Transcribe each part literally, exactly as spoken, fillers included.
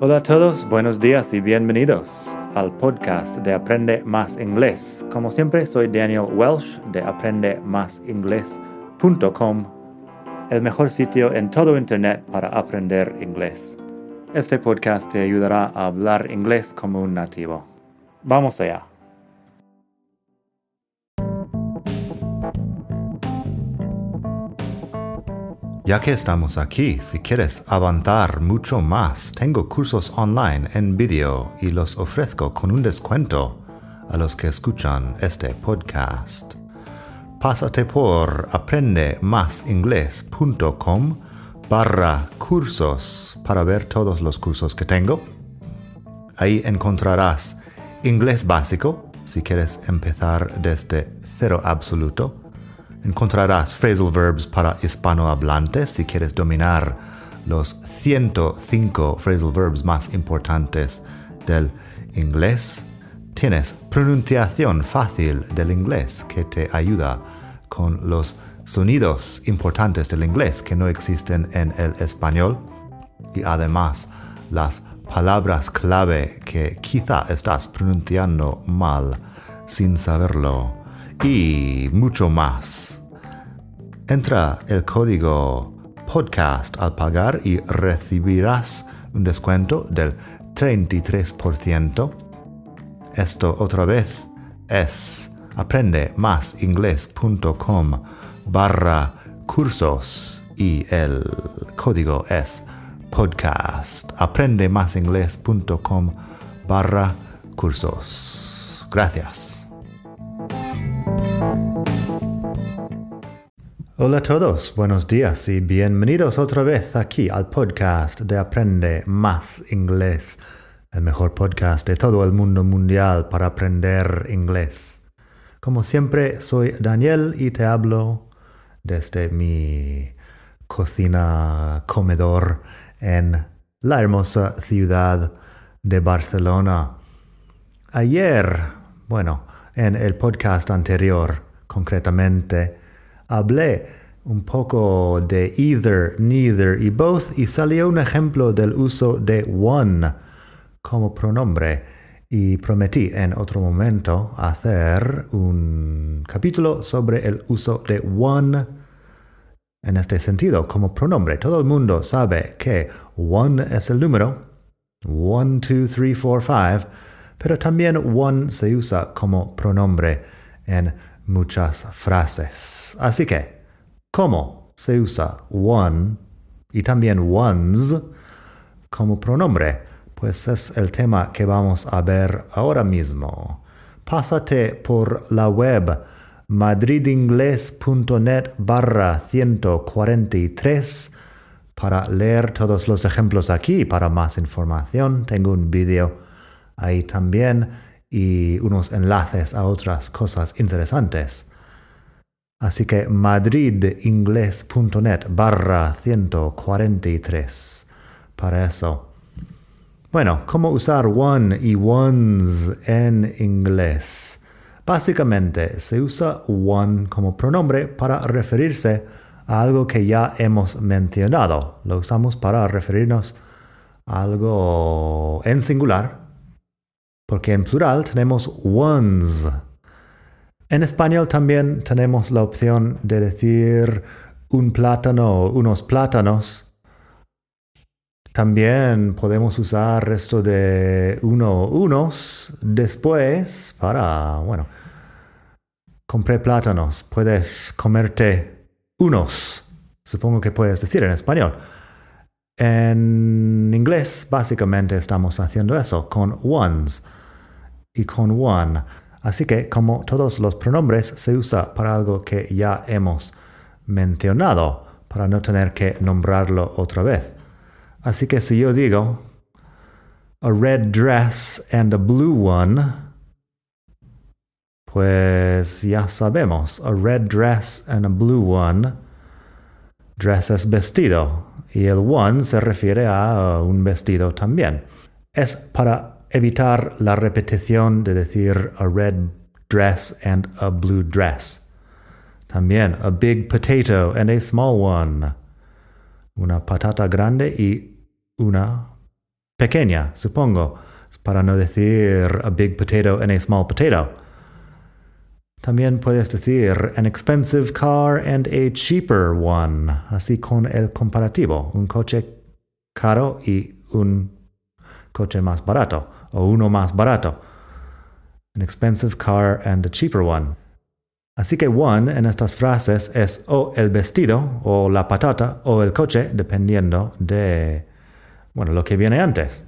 Hola a todos, buenos días y bienvenidos al podcast de Aprende Más Inglés. Como siempre, soy Daniel Welsh de aprende más inglés punto com, el mejor sitio en todo Internet para aprender inglés. Este podcast te ayudará a hablar inglés como un nativo. Vamos allá. Ya que estamos aquí, si quieres avanzar mucho más, tengo cursos online en vídeo y los ofrezco con un descuento a los que escuchan este podcast. Pásate por aprende más inglés punto com barra cursos para ver todos los cursos que tengo. Ahí encontrarás inglés básico, si quieres empezar desde cero absoluto. Encontrarás phrasal verbs para hispanohablantes si quieres dominar los ciento cinco phrasal verbs más importantes del inglés. Tienes pronunciación fácil del inglés que te ayuda con los sonidos importantes del inglés que no existen en el español. Y además las palabras clave que quizá estás pronunciando mal sin saberlo. Y mucho más. Entra el código podcast al pagar y recibirás un descuento del treinta y tres por ciento. Esto otra vez es aprende más inglés punto com barra cursos y el código es podcast. aprende más inglés punto com barra cursos. Gracias. Hola a todos, buenos días y bienvenidos otra vez aquí al podcast de Aprende Más Inglés, el mejor podcast de todo el mundo mundial para aprender inglés. Como siempre, soy Daniel y te hablo desde mi cocina comedor en la hermosa ciudad de Barcelona. Ayer, bueno, en el podcast anterior, concretamente, hablé un poco de either, neither y both y salió un ejemplo del uso de one como pronombre y prometí en otro momento hacer un capítulo sobre el uso de one en este sentido como pronombre. Todo el mundo sabe que one es el número one, two, three, four, five, pero también one se usa como pronombre en muchas frases. Así que, ¿cómo se usa one y también ones como pronombre? Pues es el tema que vamos a ver ahora mismo. Pásate por la web madridingles.net barra 143 para leer todos los ejemplos aquí. Para más información, tengo un vídeo ahí también y unos enlaces a otras cosas interesantes. Así que madridingles.net barra 143 para eso. Bueno, ¿cómo usar one y ones en inglés? Básicamente, se usa one como pronombre para referirse a algo que ya hemos mencionado. Lo usamos para referirnos a algo en singular, porque en plural tenemos ones. En español también tenemos la opción de decir un plátano o unos plátanos. También podemos usar resto de uno, unos después para, bueno, compré plátanos. Puedes comerte unos. Supongo que puedes decir en español. En inglés, básicamente estamos haciendo eso con ones y con one. Así que, como todos los pronombres, se usa para algo que ya hemos mencionado, para no tener que nombrarlo otra vez. Así que si yo digo a red dress and a blue one, pues ya sabemos, a red dress and a blue one. Dress es vestido y el one se refiere a un vestido también. Es para evitar la repetición de decir a red dress and a blue dress. También a big potato and a small one. Una patata grande y una pequeña, supongo, para no decir a big potato and a small potato. También puedes decir an expensive car and a cheaper one, así con el comparativo, un coche caro y un coche más barato, o uno más barato. An expensive car and a cheaper one. Así que one en estas frases es o el vestido, o la patata, o el coche, dependiendo de, bueno, lo que viene antes.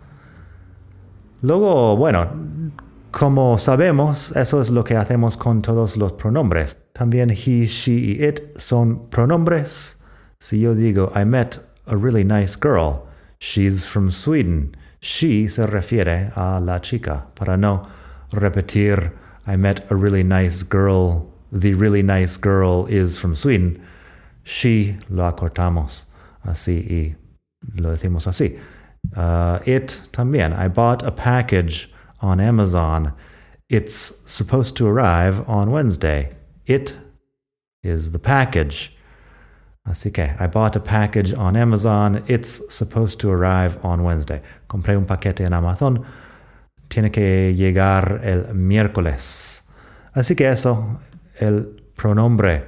Luego, bueno, como sabemos, eso es lo que hacemos con todos los pronombres. También he, she y it son pronombres. Si yo digo, I met a really nice girl. She's from Sweden. She se refiere a la chica. Para no repetir, I met a really nice girl. The really nice girl is from Sweden. She lo acortamos así y lo decimos así. Uh, it también. I bought a package on Amazon. It's supposed to arrive on Wednesday. It is the package. Así que, I bought a package on Amazon. It's supposed to arrive on Wednesday. Compré un paquete en Amazon. Tiene que llegar el miércoles. Así que eso, el pronombre.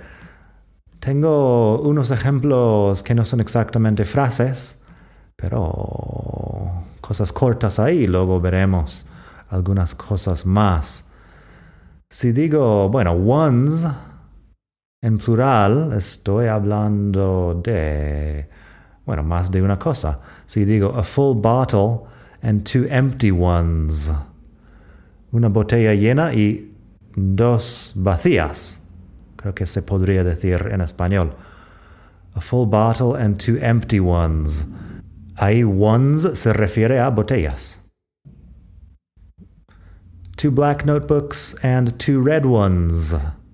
Tengo unos ejemplos que no son exactamente frases, pero cosas cortas ahí, luego veremos algunas cosas más. Si digo, bueno, ones, en plural, estoy hablando de, bueno, más de una cosa. Si digo a full bottle and two empty ones, una botella llena y dos vacías, creo que se podría decir en español. A full bottle and two empty ones. Ahí ones se refiere a botellas. Two black notebooks and two red ones.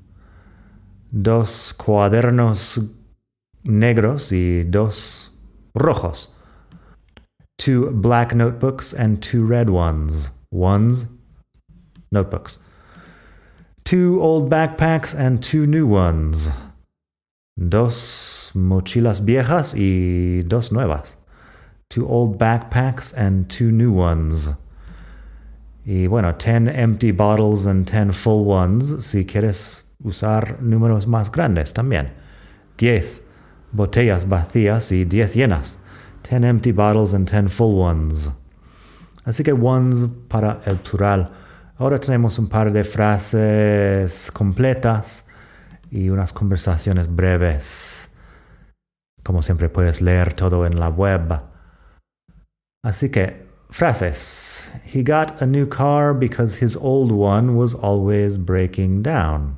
Dos cuadernos negros y dos rojos. Two black notebooks and two red ones. Ones, notebooks. Two old backpacks and two new ones. Dos mochilas viejas y dos nuevas. Two old backpacks and two new ones. Y bueno, ten empty bottles and ten full ones si quieres usar números más grandes también. Diez botellas vacías y diez llenas. Ten empty bottles and ten full ones. Así que ones para el plural. Ahora tenemos un par de frases completas y unas conversaciones breves. Como siempre puedes leer todo en la web. Así que, frases. He got a new car because his old one was always breaking down.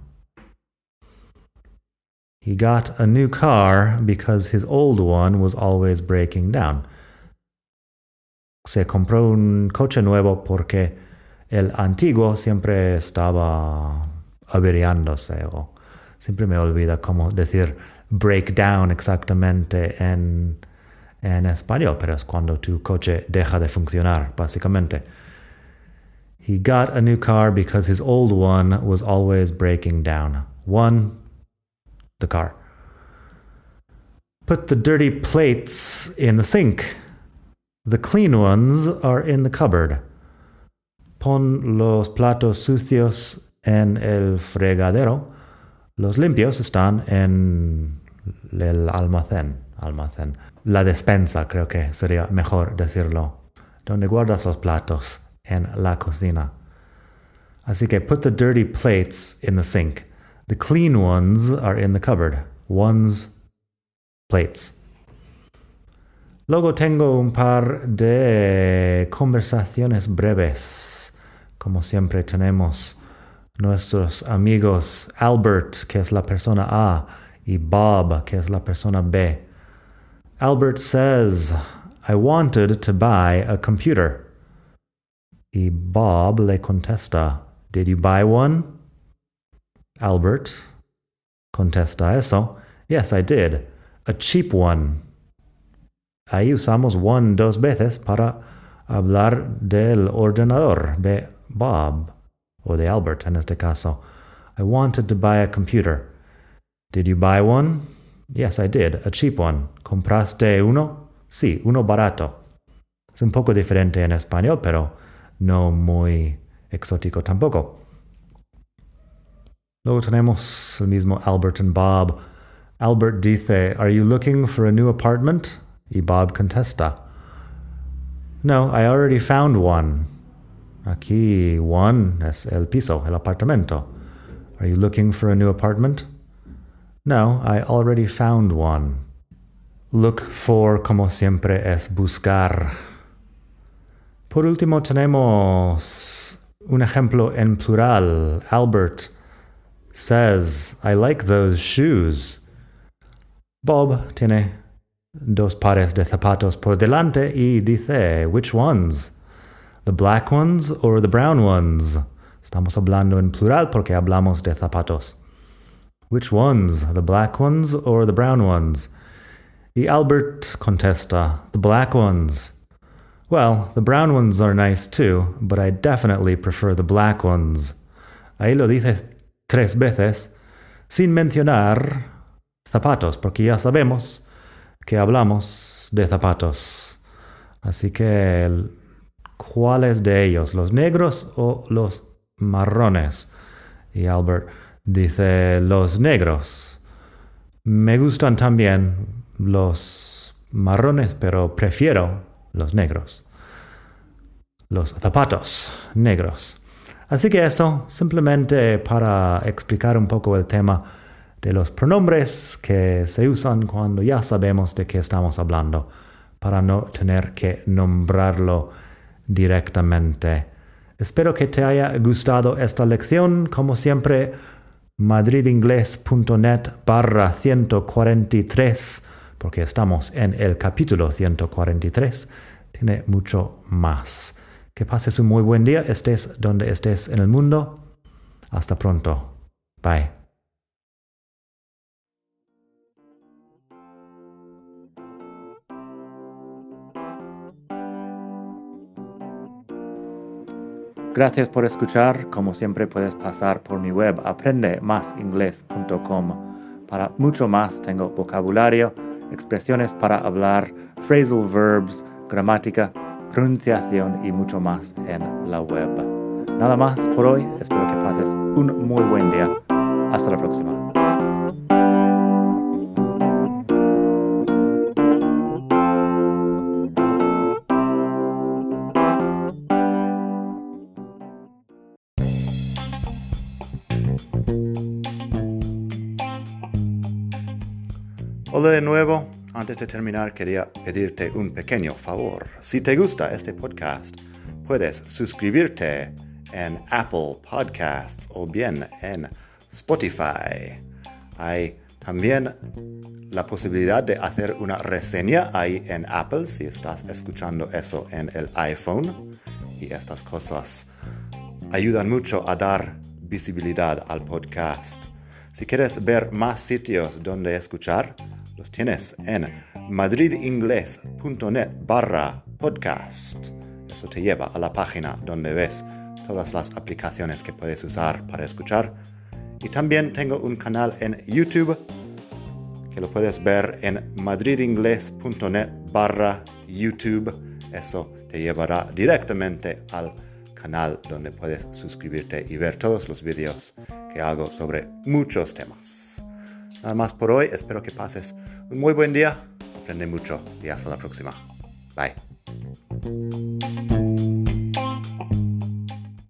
He got a new car because his old one was always breaking down. Se compró un coche nuevo porque el antiguo siempre estaba averiándose, o siempre me olvida cómo decir breakdown exactamente en, en español, pero es cuando tu coche deja de funcionar, básicamente. He got a new car because his old one was always breaking down. One, the car. Put the dirty plates in the sink. The clean ones are in the cupboard. Pon los platos sucios en el fregadero. Los limpios están en el almacén. Almacén. La despensa, creo que sería mejor decirlo. Donde guardas los platos. En la cocina. Así que put the dirty plates in the sink. The clean ones are in the cupboard. Ones, plates. Luego tengo un par de conversaciones breves. Como siempre tenemos nuestros amigos Albert, que es la persona A, y Bob, que es la persona B. Albert says, I wanted to buy a computer. Y Bob le contesta, Did you buy one? Albert contesta eso. Yes, I did. A cheap one. Ahí usamos one dos veces para hablar del ordenador de Bob, o de Albert en este caso. I wanted to buy a computer. Did you buy one? Yes, I did. A cheap one. ¿Compraste uno? Sí, uno barato. Es un poco diferente en español, pero no muy exótico tampoco. Luego tenemos el mismo Albert and Bob. Albert dice, "Are you looking for a new apartment?" Y Bob contesta, "No, I already found one." Aquí, one es el piso, el apartamento. "Are you looking for a new apartment?" "No, I already found one." Look for, como siempre, es buscar. Por último, tenemos un ejemplo en plural. Albert says, "I like those shoes." Bob tiene dos pares de zapatos por delante y dice, "Which ones? The black ones or the brown ones?" Estamos hablando en plural porque hablamos de zapatos. "Which ones? The black ones or the brown ones?" Y Albert contesta, "The black ones." "Well, the brown ones are nice too, but I definitely prefer the black ones." Ahí lo dice tres veces, sin mencionar zapatos, porque ya sabemos que hablamos de zapatos. Así que, ¿cuáles de ellos? ¿Los negros o los marrones? Y Albert dice, los negros. Me gustan también los marrones, pero prefiero los negros. Los zapatos negros. Así que eso, simplemente para explicar un poco el tema de los pronombres que se usan cuando ya sabemos de qué estamos hablando, para no tener que nombrarlo directamente. Espero que te haya gustado esta lección. Como siempre, madridingles.net barra 143, porque estamos en el capítulo ciento cuarenta y tres, tiene mucho más. Que pases un muy buen día, estés donde estés en el mundo. Hasta pronto. Bye. Gracias por escuchar. Como siempre puedes pasar por mi web aprende más inglés punto com. Para mucho más tengo vocabulario, expresiones para hablar, phrasal verbs, gramática, pronunciación y mucho más en la web. Nada más por hoy. Espero que pases un muy buen día. Hasta la próxima. Hola de nuevo. Antes de terminar, quería pedirte un pequeño favor. Si te gusta este podcast, puedes suscribirte en Apple Podcasts o bien en Spotify. Hay también la posibilidad de hacer una reseña ahí en Apple si estás escuchando eso en el iPhone. Y estas cosas ayudan mucho a dar visibilidad al podcast. Si quieres ver más sitios donde escuchar, los tienes en madridingles.net barra podcast. Eso te lleva a la página donde ves todas las aplicaciones que puedes usar para escuchar. Y también tengo un canal en YouTube que lo puedes ver en madridingles.net barra YouTube. Eso te llevará directamente al canal donde puedes suscribirte y ver todos los vídeos que hago sobre muchos temas. Nada más por hoy. Espero que pases un muy buen día. Aprende mucho y hasta la próxima. Bye.